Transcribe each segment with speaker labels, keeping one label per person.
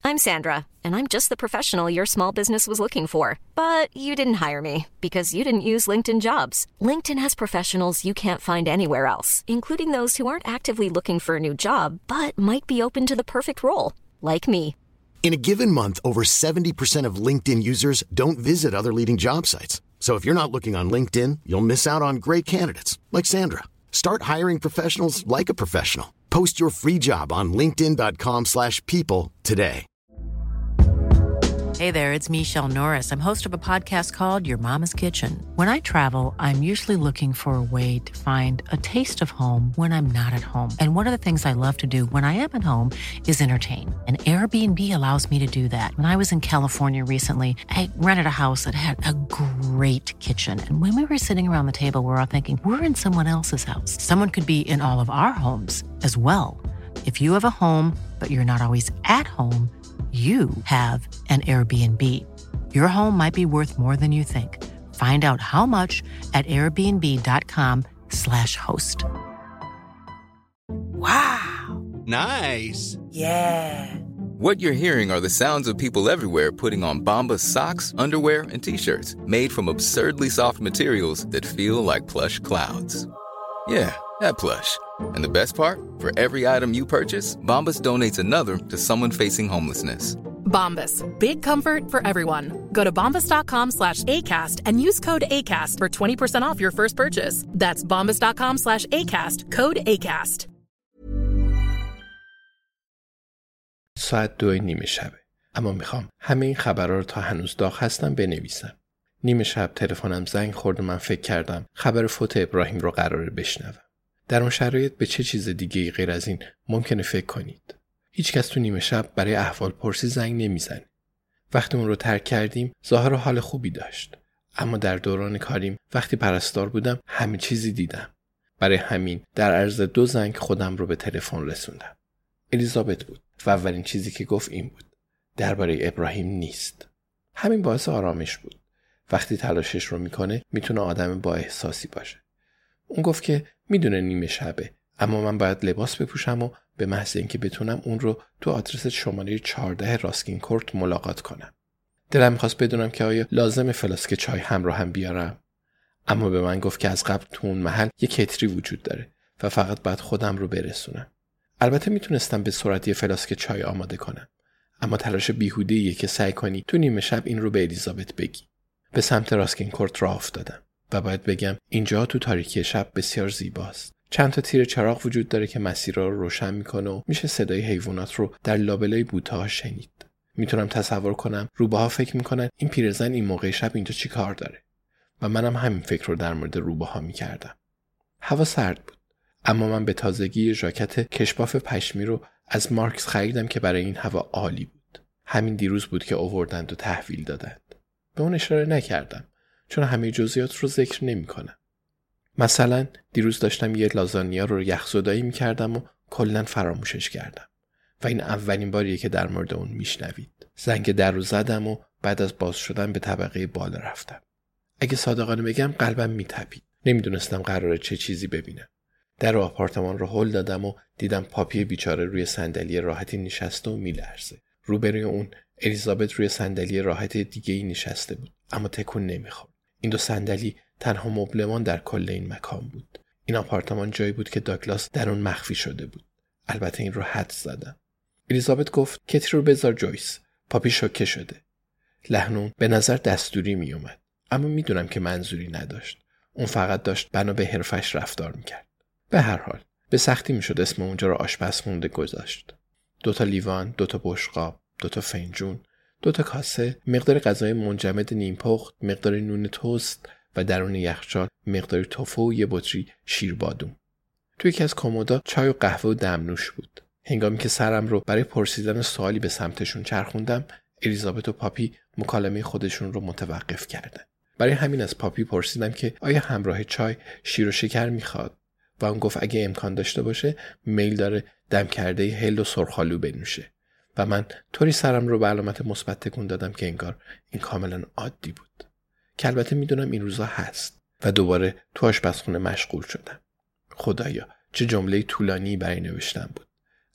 Speaker 1: I'm Sandra, and I'm just the professional your small business was looking for. But you didn't hire me because you didn't use LinkedIn Jobs. LinkedIn has professionals you can't find anywhere else, including those who aren't actively looking for a new job, but might be open to the perfect role, like me.
Speaker 2: In a given month, over 70% of LinkedIn users don't visit other leading job sites. So if you're not looking on LinkedIn, you'll miss out on great candidates like Sandra. Start hiring professionals like a professional. Post your free job on linkedin.com/people today.
Speaker 3: Hey there, it's Michelle Norris. I'm host of a podcast called Your Mama's Kitchen. When I travel, I'm usually looking for a way to find a taste of home when I'm not at home. And one of the things I love to do when I am at home is entertain. And Airbnb allows me to do that. When I was in California recently, I rented a house that had a great kitchen. And when we were sitting around the table, we're all thinking, we're in someone else's house. Someone could be in all of our homes as well. If you have a home, but you're not always at home, you have an Airbnb. Your home might be worth more than you think. Find out how much at airbnb.com/host. Wow.
Speaker 4: Nice.
Speaker 3: Yeah.
Speaker 5: What you're hearing are the sounds of people everywhere putting on Bombas socks, underwear, and T-shirts made from absurdly soft materials that feel like plush clouds. Yeah, that plush. And the best part? For every item you purchase, Bombas donates another to someone facing homelessness.
Speaker 6: Bombas. Big comfort for everyone. Go to bombas.com/ACAST and use code ACAST for 20% off your first purchase. That's bombas.com/ACAST. Code ACAST.
Speaker 7: ساعت 2:30 شبه. اما میخوام همه این خبرها رو تا هنوز داغ هستم بنویسم. نیمه شب تلفنم زنگ خورد و من فکر کردم خبر فوت ابراهیم رو قراره بشنوم. در اون شرایط به چه چیز دیگه‌ای غیر از این ممکنه فکر کنید؟ هیچ کس تو نیمه شب برای احوال پرسی زنگ نمیزنه. وقتی اون رو ترک کردیم ظاهر و حال خوبی داشت. اما در دوران کاریم وقتی پرستار بودم همه چیزی دیدم. برای همین در عرض 2 زنگ خودم رو به تلفن رسوندم. الیزابت بود و اولین چیزی که گفت این بود: درباره ابراهیم نیست. همین باعث آرامش بود. وقتی تلاشش رو میکنه میتونه آدم با احساسی باشه. اون گفت که میدونه نیمه شبه، اما من باید لباس بپوشم و به محض اینکه بتونم اون رو تو آدرس شماره 14 راسکین کورت ملاقات کنم. دلم می‌خواست بدونم که آیا لازمه فلاسک چای همراه هم بیارم، اما به من گفت که از قبل تو اون محل یک کتری وجود داره و فقط باید خودم رو برسونم. البته میتونستم به سرعت یه فلاسک چای آماده کنم، اما تلاش بیهوده‌ایه که سعی کنی تو نیمه شب این رو به الیزابت بگی. به سمت راسکین کورت راه افتادم و باید بگم اینجا تو تاریکی شب بسیار زیباست. چند تا تیر چراغ وجود داره که مسیرها رو روشن میکنه و میشه صدای حیوانات رو در لابلای بوته‌ها شنید. میتونم تصور کنم روباها فکر میکنن این پیرزن این موقع شب اینجا چی کار داره و منم همین فکر رو در مورد روباها میکردم. هوا سرد بود، اما من به تازگی ژاکت کشباف پشمی رو از مارکس خریدم که برای این هوا عالی بود. همین دیروز بود که آوردند و تحویل دادند. به اون اشاره نکردم چون همه جزئیات رو ذکر نمی‌کنم. مثلا دیروز داشتم یه لازانیا رو یخزدایی می‌کردم و کلاً فراموشش کردم و این اولین باریه که در مورد اون میشنوید. زنگ در رو زدم و بعد از باز شدن به طبقه بالا رفتم. اگه صادقانه بگم قلبم میتپید. نمیدونستم قراره چه چیزی ببینم. در آپارتمان رو هل دادم و دیدم پاپی بیچاره روی صندلی راحتی نشسته و میلرزه. روبروی اون الیزابت روی صندلی راحت دیگه‌ای نشسته بود، اما تکون نمیخورد. این 2 صندلی تنها مبلمان در کل این مکان بود. این آپارتمان جایی بود که داگلاس در اون مخفی شده بود. البته این رو حدس زدم. الیزابت گفت کتری رو بذار جویس. پاپی شوکه شده. لحنون به نظر دستوری می اومد، اما میدونم که منظوری نداشت. اون فقط داشت بنا به حرفش رفتار میکرد. به هر حال به سختی میشد اسم اونجا رو آشپزخونه گذاشت. 2 تا لیوان، 2 تا بشقاب، 2 تا فنجون، 2 تا کاسه، مقدار غذای منجمد نیم پخت، مقدار نون توست و درون یخچال مقدار توفو و یه بطری شیر بادوم. توی یکی از کمودا چای و قهوه و دمنوش بود. هنگامی که سرم رو برای پرسیدن سوالی به سمتشون چرخوندم، الیزابت و پاپی مکالمه خودشون رو متوقف کردن. برای همین از پاپی پرسیدم که آیا همراه چای شیر و شکر میخواد و اون گفت اگه امکان داشته باشه میل داره دم کرده هل و سرخالو بنوشه و من طوری سرم رو به علامت مثبت تکون دادم که انگار این کاملا عادی بود، که البته میدونم این روزا هست، و دوباره تو آشپزخونه مشغول شدم. خدایا چه جمله طولانی برای نوشتن بود.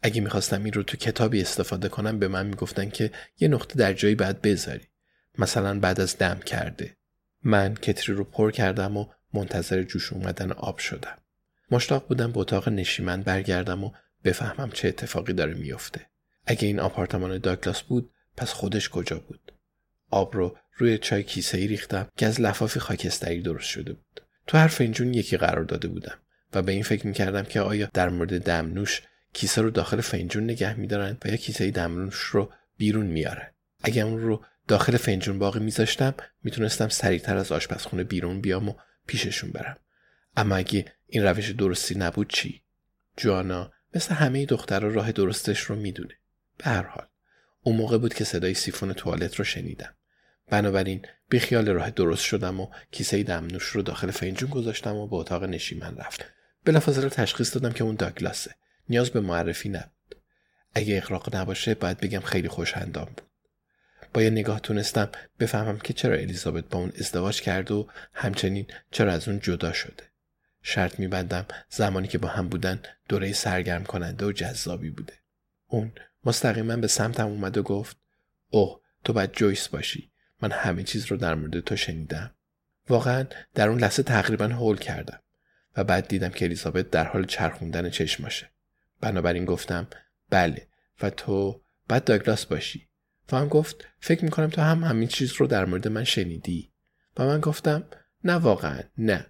Speaker 7: اگه میخواستم این رو تو کتابی استفاده کنم به من میگفتن که یه نقطه در جایی باید بذاری، مثلا بعد از دم کرده. من کتری رو پر کردم و منتظر جوش اومدن آب شدم. مشتاق بودم به اتاق نشیمن برگردم و بفهمم چه اتفاقی داره میفته. اگه این آپارتمان داگلاس بود پس خودش کجا بود؟ آب رو روی چای کیسه‌ای ریختم که از لفافی خاکستری درست شده بود. تو هر فنجون یکی قرار داده بودم و به این فکر می‌کردم که آیا در مورد دمنوش کیسه رو داخل فنجون نگه می‌دارن و یا کیسه دمنوش رو بیرون میارن. اگه اون رو داخل فنجون باقی می‌ذاشتم میتونستم سریعتر از آشپزخونه بیرون بیام و پیششون برم. اما اگه این روش درستی نبود چی؟ جوانا مثل همه دخترها راه درستش رو میدونه. به هر حال اون موقع بود که صدای سیفون توالت رو شنیدم. بنابراین بی خیال راه درست شدم و کیسه دمنوش رو داخل فنجون گذاشتم و به اتاق نشیمن رفتم. بلافاصله تشخیص دادم که اون داگلاسه. نیاز به معرفی نبود. اگه اغراق نباشه باید بگم خیلی خوش‌اندام بود. با یه نگاه تونستم بفهمم که چرا الیزابت با اون ازدواج کرد و همچنین چرا از اون جدا شده. شرط می‌بندم زمانی که با هم بودن دوره سرگرم کننده و جذابی بوده. اون مستقیما به سمتم اومد و گفت اوه تو باید جویس باشی. من همه چیز رو در مورد تو شنیدم. واقعا در اون لحظه تقریبا هول کردم و بعد دیدم که الیزابت در حال چرخوندن چشماشه. بنابراین گفتم بله و تو باید داگلاس باشی. و هم گفت فکر میکنم تو هم همین چیز رو در مورد من شنیدی. و من گفتم نه واقعا نه.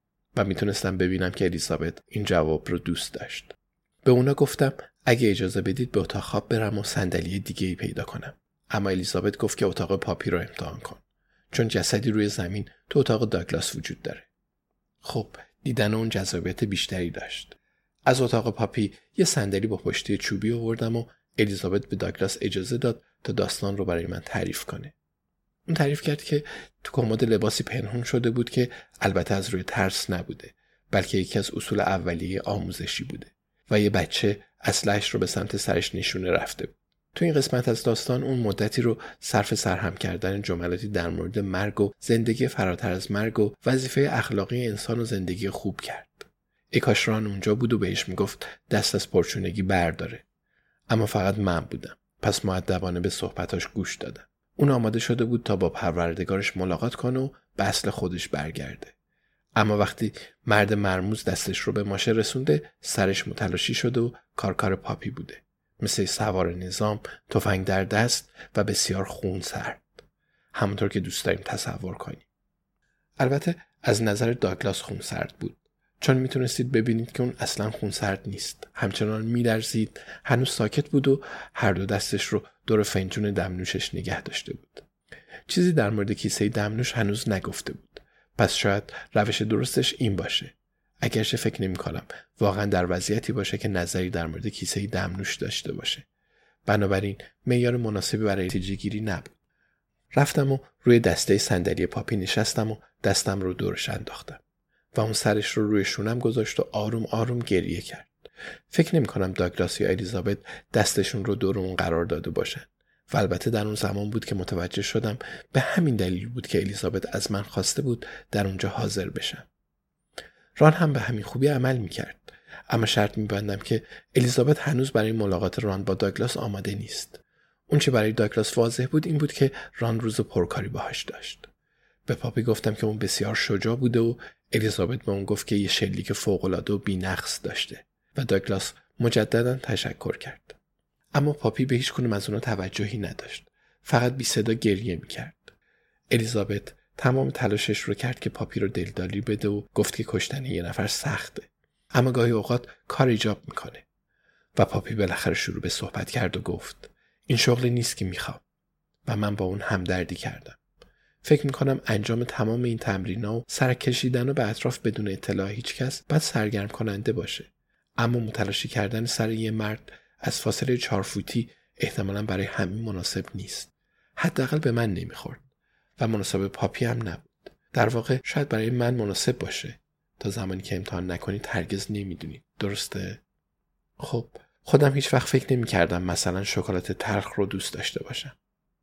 Speaker 7: و میتونستم ببینم که الیزابت این جواب رو دوست داشت. به اونا گفتم اگه اجازه بدید به اتاق خواب برم و صندلی دیگه‌ای پیدا کنم. اما الیزابت گفت که اتاق پاپی رو امتحان کن چون جسدی روی زمین تو اتاق داگلاس وجود داره. خب دیدن اون جذابیت بیشتری داشت. از اتاق پاپی یه صندلی با پشتی چوبی آوردم و الیزابت به داگلاس اجازه داد تا داستان رو برای من تعریف کنه. اون تعریف کرد که تو کمد لباسی پنهون شده بود که البته از روی ترس نبوده بلکه یکی از اصول اولیه آموزشی بوده و یه بچه اسلحه‌اش رو به سمت سرش نشونه رفته بود. تو این قسمت از داستان اون مدتی رو صرف سرهم کردن جملاتی در مورد مرگ و زندگی فراتر از مرگ و وظیفه اخلاقی انسان و زندگی خوب کرد. کاش ران اونجا بود و بهش میگفت دست از پرچونگی برداره. اما فقط من بودم. پس مؤدبانه به صحبتاش گوش دادم. اون آماده شده بود تا با پروردگارش ملاقات کنه و به اصل خودش برگرده. اما وقتی مرد مرموز دستش رو به ماشه رسونده سرش متلاشی شده و کار پاپی بوده. مثل سوار نظام، تفنگ در دست و بسیار خونسرد. همونطور که دوست داریم تصور کنیم. البته از نظر داگلاس خونسرد بود. چون میتونستید ببینید که اون اصلا خونسرد نیست. همچنان میلرزید، هنوز ساکت بود و هر دو دستش رو دور فنجون دمنوشش نگه داشته بود. چیزی در مورد کیسه دمنوش هنوز نگفته بود. پس شاید روش درستش این باشه. اگرچه فکر نمی کنم واقعا در وضعیتی باشه که نظری در مورد کیسه دمنوش داشته باشه. بنابراین معیار مناسبی برای نتیجه گیری نبود. رفتم و روی دسته صندلی پاپی نشستم و دستم رو دورش انداختم. و اون سرش رو روی شونم گذاشت و آروم آروم گریه کرد. فکر نمی کنم داگلاس یا الیزابت دستشون رو دور اون قرار داده باشن. و البته در اون زمان بود که متوجه شدم به همین دلیل بود که الیزابت از من خواسته بود در اونجا حاضر بشم. ران هم به همین خوبی عمل میکرد. اما شرط میبندم که الیزابت هنوز برای ملاقات ران با داگلاس آماده نیست. اون چه برای داگلاس واضح بود این بود که ران روز پرکاری باهاش داشت. به پاپی گفتم که اون بسیار شجاع بوده و الیزابت به اون گفت که یه شلیک فوق‌العاده و بی‌نقص داشته و داگلاس مجددا تشکر کرد. اما پاپی به هیچ کنون از اونها توجهی نداشت. فقط بی صدا گریه میکرد. الیزابت تمام تلاشش رو کرد که پاپی رو دلداری بده و گفت که کشتن یه نفر سخته. اما گاهی اوقات کار ایجاب میکنه. و پاپی بالاخره شروع به صحبت کرد و گفت این شغلی نیست که میخوام. و من با اون همدردی کردم. فکر میکنم انجام تمام این تمرین‌ها و سر کشیدن و به اطراف بدون اطلاع هیچ کس باید سرگرم کننده باشه. اما متلاشی کردن سر یه مرد از فاصله 4 فوتی احتمالاً برای همین مناسب نیست. حداقل به من نمیخورد. و مناسب پاپی هم نبود. در واقع شاید برای من مناسب باشه. تا زمانی که امتحان نکنید هرگز نمیدونید. درسته؟ خب خودم هیچ وقت فکر نمی‌کردم مثلا شکلات تلخ رو دوست داشته باشم.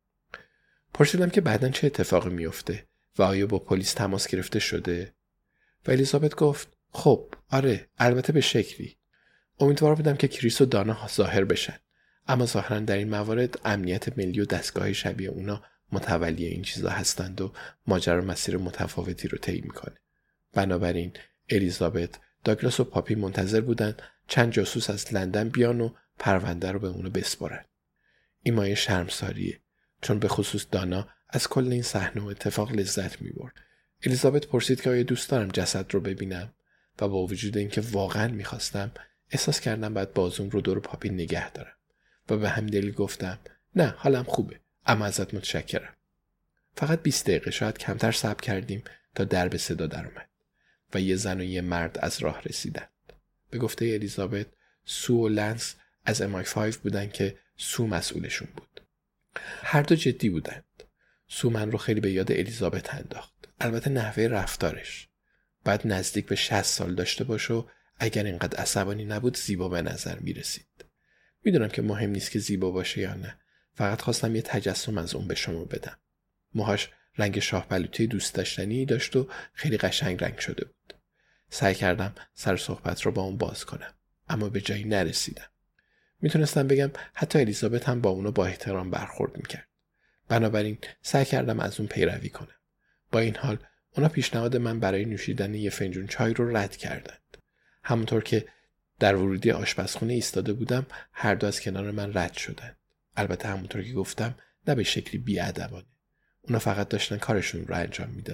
Speaker 7: پرسیدم که بعداً چه اتفاقی میفته و آیا با پلیس تماس گرفته شده؟ و الیزابت گفت خب آره البته به شکلی. امیدوار بودم که کریس و دانا ظاهر بشن، اما ظاهرا در این موارد امنیت ملی و دستگاه شبیه اونا متولی این چیزا هستند و ماجرا مسیر متفاوتی رو طی میکنه. بنابراین الیزابت، داگلاس و پاپی منتظر بودن چند جاسوس از لندن بیان و پرونده رو به اونو بسپارن. این مایه شرمساریه، چون به خصوص دانا از کل این صحنه و اتفاق لذت میبرد. الیزابت پرسید که آیا دوست دارم جسد رو ببینم و با وجود اینکه واقعا میخواستم، احساس کردم باید بازوم رو دور پاپی نگه دارم و به همین دلیل گفتم نه حالم خوبه، اما ازت متشکرم. فقط 20 دقیقه شاید کمتر صبر کردیم تا در به صدا در اومد و یه زن و یه مرد از راه رسیدند. به گفته الیزابت، سو و لنس از MI5 بودن که سو مسئولشون بود. هر دو جدی بودند. سو من رو خیلی به یاد الیزابت انداخت. البته نحوه رفتارش. بعد نزدیک به 60 سال داشته باشه و اگر اینقدر عصبانی نبود زیبا به نظر می رسید. میدونم که مهم نیست که زیبا باشه یا نه. فقط خواستم یه تجسم از اون به شما بدم. موهاش رنگ شاه بلوطی دوست داشتنی داشت و خیلی قشنگ رنگ شده بود. سعی کردم سر صحبت رو با اون باز کنم، اما به جایی نرسیدم. میتونستم بگم حتی الیزابت هم با اونو با احترام برخورد میکرد. بنابراین سعی کردم از اون پیروی کنم. با این حال اونا پیشنهاد من برای نوشیدن یه فنجون چای رو رد کردند. همونطور که در ورودی آشپزخونه ایستاده بودم، هر دو از کنار من رد شدند. البته همونطور که گفتم نه به شکلی بی‌ادبانه. اونا فقط داشتن کارشون رو انجام میدادن.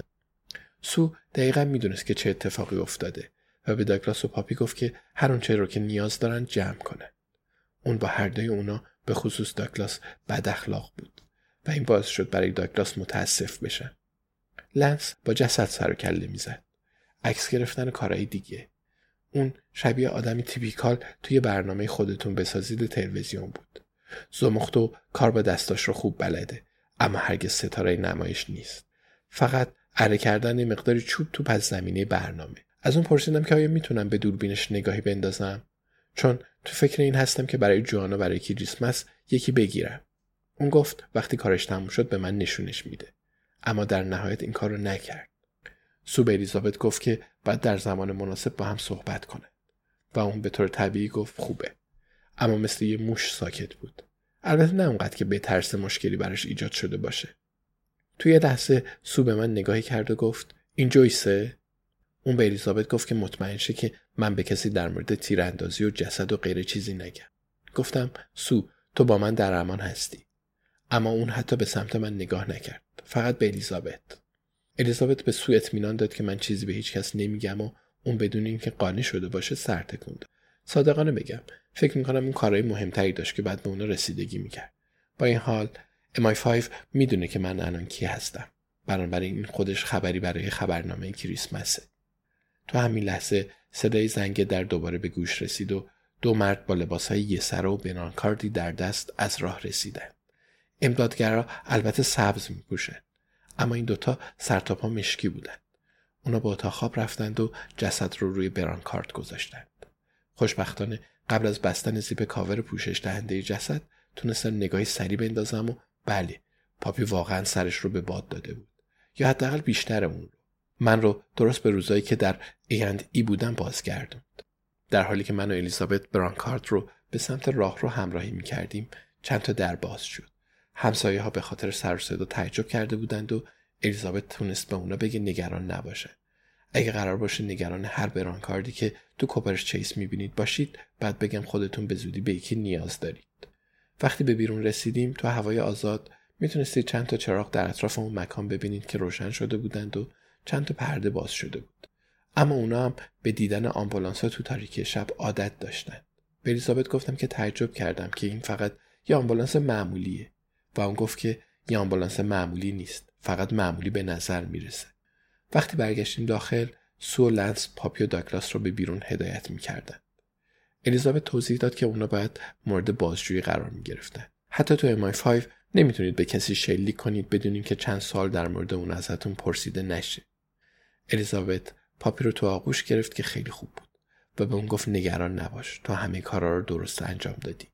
Speaker 7: سو دقیقاً میدونست که چه اتفاقی افتاده و به داگلاس و پاپی گفت که هر اونچه رو که نیاز دارن جمع کنن. اون با هر دوی اونا، به خصوص داگلاس، بد اخلاق بود و این باعث شد برای داگلاس متاسف بشن. لنس با جسد سر و کله میزد. عکس گرفتن کارهای دیگه. اون شبیه آدمی تیپیکال توی برنامه خودتون بسازید تلویزیون بود. زمخت و کار با دستاش رو خوب بلده، اما هرگز ستاره نمایش نیست. فقط اره کردن مقداری چوب تو پس زمینه برنامه. از اون پرسیدم که آیا میتونم به دوربینش نگاهی بندازم، چون تو فکر این هستم که برای جوانا برای کریسمس یکی بگیرم. اون گفت وقتی کارش تموم شد به من نشونش میده، اما در نهایت این کارو نکرد. سو به الیزابت گفت که باید در زمان مناسب با هم صحبت کنه و اون به طور طبیعی گفت خوبه، اما مثل یه موش ساکت بود. البته نه اونقدر که به ترس مشکلی براش ایجاد شده باشه. توی لحظه سو به من نگاهی کرد و گفت این جویسه؟ اون به الیزابت گفت که مطمئن شه که من به کسی در مورد تیراندازی و جسد و غیره چیزی نگم. گفتم سو تو با من در امان هستی. اما اون حتی به سمت من نگاه نکرد، فقط به الیزابت. الیزابت به سو اطمینان داد که من چیزی به هیچ کس نمیگم و اون بدون اینکه قانع شده باشه سر تکون داد. صادقانه بگم فکر میکنم اون کارهای مهمتری داشت که بعد به اون رسیدگی میکرد. با این حال MI5 میدونه که من الان کی هستم. بنابراین این خودش خبری برای خبرنامه کریسمسه. تو همین لحظه صدای زنگ در دوباره به گوش رسید و دو مرد با لباسهای یه سره و برانکاردی در دست از راه رسیدن. امدادگرا البته سبز میپوشن، اما این دوتا سرتاپا مشکی بودن. اونا با اتاق خواب رفتند و جسد رو روی برانکارد گذاشتند. خوشبختانه قبل از بستن زیپ کاور پوشش دهنده جسد تونستم نگاهی سری بندازم و بله، پاپی واقعا سرش رو به باد داده بود، یا حداقل بیشتر اون رو. من رو درست به روزایی که در A&E بودم بازگردوند. در حالی که من و الیزابت برانکارد رو به سمت راه رو همراهی می‌کردیم، چند تا در باز شد. همسایه ها به خاطر سر و صدا تعجب کرده بودند و الیزابت تونست به اونا بگه نگران نباشه. اگه قرار باشه نگران هر برانکاردی که تو کوپرش چیس می‌بینید باشید، بعد بگم خودتون به زودی به یکی نیاز دارید. وقتی به بیرون رسیدیم تو هوای آزاد میتونستید چند تا چراغ در اطراف اون مکان ببینید که روشن شده بودند و چند تا پرده باز شده بود. اما اونا هم به دیدن آمبولانس‌ها تو تاریکی شب عادت داشتن. به الیزابت گفتم که تعجب کردم که این فقط یه آمبولانس معمولیه و اون گفت که یه آمبولانس معمولی نیست، فقط معمولی به نظر میرسه. وقتی برگشتیم داخل، سو و لنس پاپی و داگلاس رو به بیرون هدایت میکردن. الیزابت توضیح داد که اونا باید مورد بازجویی قرار میگرفتن. حتی تو MI5 نمیتونید به کسی شلیک کنید بدون اینکه چند سال در مورد اون ازتون پرسیده نشه. الیزابت پاپی رو تو آغوش گرفت که خیلی خوب بود و به اون گفت نگران نباش، تو همه کارا رو درست انجام دادی.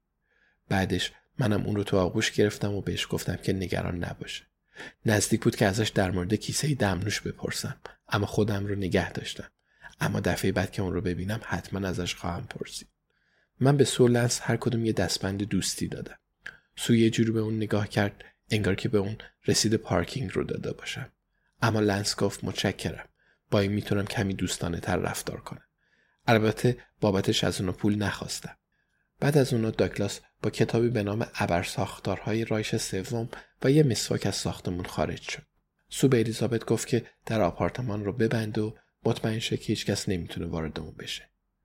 Speaker 7: بعدش منم اون رو تو آغوش گرفتم و بهش گفتم که نگران نباشه. نزدیک بود که ازش در مورد کیسه دمنوش بپرسم، اما خودم رو نگه داشتم. اما دفعه بعد که اون رو ببینم حتما ازش خواهم پرسید. من به سو و لنس هر کدوم یه دستبند دوستی دادم. سو یه جوری به اون نگاه کرد انگار که به اون رسید پارکینگ رو داده باشم. اما لنس گفت متشکرم. با این میتونم کمی دوستانه تر رفتار کنم. البته بابتش از اونو پول نخواستم. بعد از اونو داگلاس با کتابی به نام ابرساختارهای رایش سوم و یه مسواک از ساختمون خارج شد. سو به الیزابت گفت که در آپارتمان رو ببند و مطمئن شه که هیچ کس نمیتونه وارد اون بشه.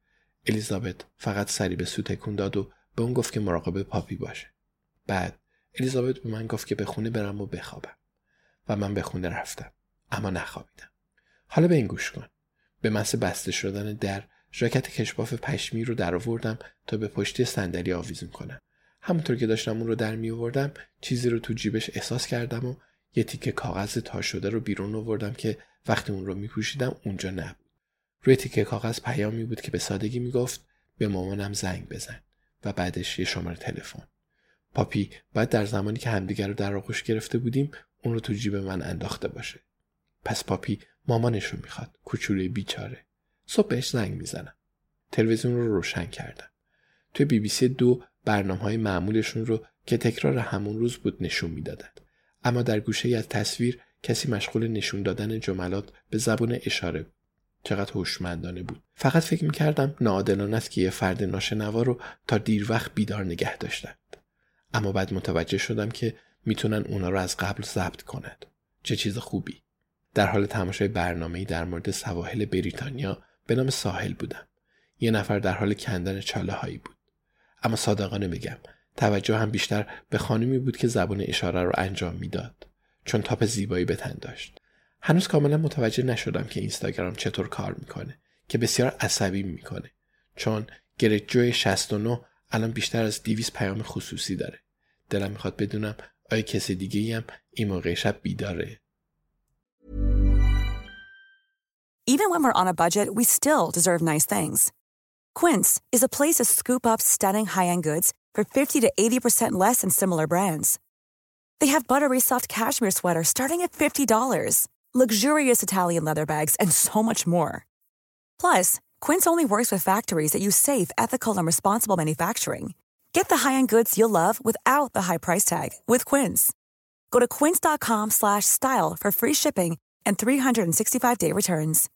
Speaker 7: الیزابت فقط سری به سو تکون داد و به اون گفت که مراقب پاپی باشه. بعد الیزابت به من گفت که به خونه برم و بخوابم و من به خونه رفتم، اما نخوابیدم. حالا به این گوش کن. به محض بسته شدن در، ژاکت کشباف پشمی رو در آوردم تا به پشتی صندلی آویزون کنم. همونطور که داشتم اون رو در می آوردم چیزی رو تو جیبش احساس کردم و یه تیکه کاغذ تا شده رو بیرون آوردم که وقتی اون رو می پوشیدم اونجا نبود. روی تیکه کاغذ پیامی بود که به سادگی می گفت به مامانم زنگ بزن و بعدش یه شماره تلفن. پاپی بعد در زمانی که همدیگر رو در آغوش گرفته بودیم اون رو تو جیب من انداخته باشه. پس پاپی مامانش رو میخواد، کوچولوی بیچاره. صبح بهش زنگ میزنم. تلویزیون رو روشن کردم. توی BBC 2 برنامه‌های معمولشون رو که تکرار همون روز بود نشون میدادند. اما در گوشه‌ای از تصویر کسی مشغول نشون دادن جملات به زبان اشاره بود. چقدر هوشمندانه بود. فقط فکر میکردم ناعادلانه است که یه فرد ناشنوا رو تا دیر وقت بیدار نگه داشتند. اما بعد متوجه شدم که میتونن اونا رو از قبل ضبط کنند. چه چیز خوبی. در حال تماشای برنامه‌ای در مورد سواحل بریتانیا به نام ساحل بودم. یه نفر در حال کندن چاله هایی بود. اما صادقانه بگم توجه هم بیشتر به خانمی بود که زبان اشاره رو انجام میداد، چون تاپ زیبایی به تن داشت. هنوز کاملا متوجه نشدم که اینستاگرام چطور کار میکنه که بسیار عصبی میکنه، چون گرت جوی 69 الان بیشتر از 200 پیام خصوصی داره. دلم میخواد بدونم آیا کسی دیگه‌ای هم این موقع شب بیداره.
Speaker 4: Even when we're on a budget, we still deserve nice things. Quince is a place to scoop up stunning high-end goods for 50 to 80% less than similar brands. They have buttery soft cashmere sweaters starting at $50, luxurious Italian leather bags, and so much more. Plus, Quince only works with factories that use safe, ethical, and responsible manufacturing. Get the high-end goods you'll love without the high price tag with Quince. Go to quince.com/style for free shipping and 365-day returns.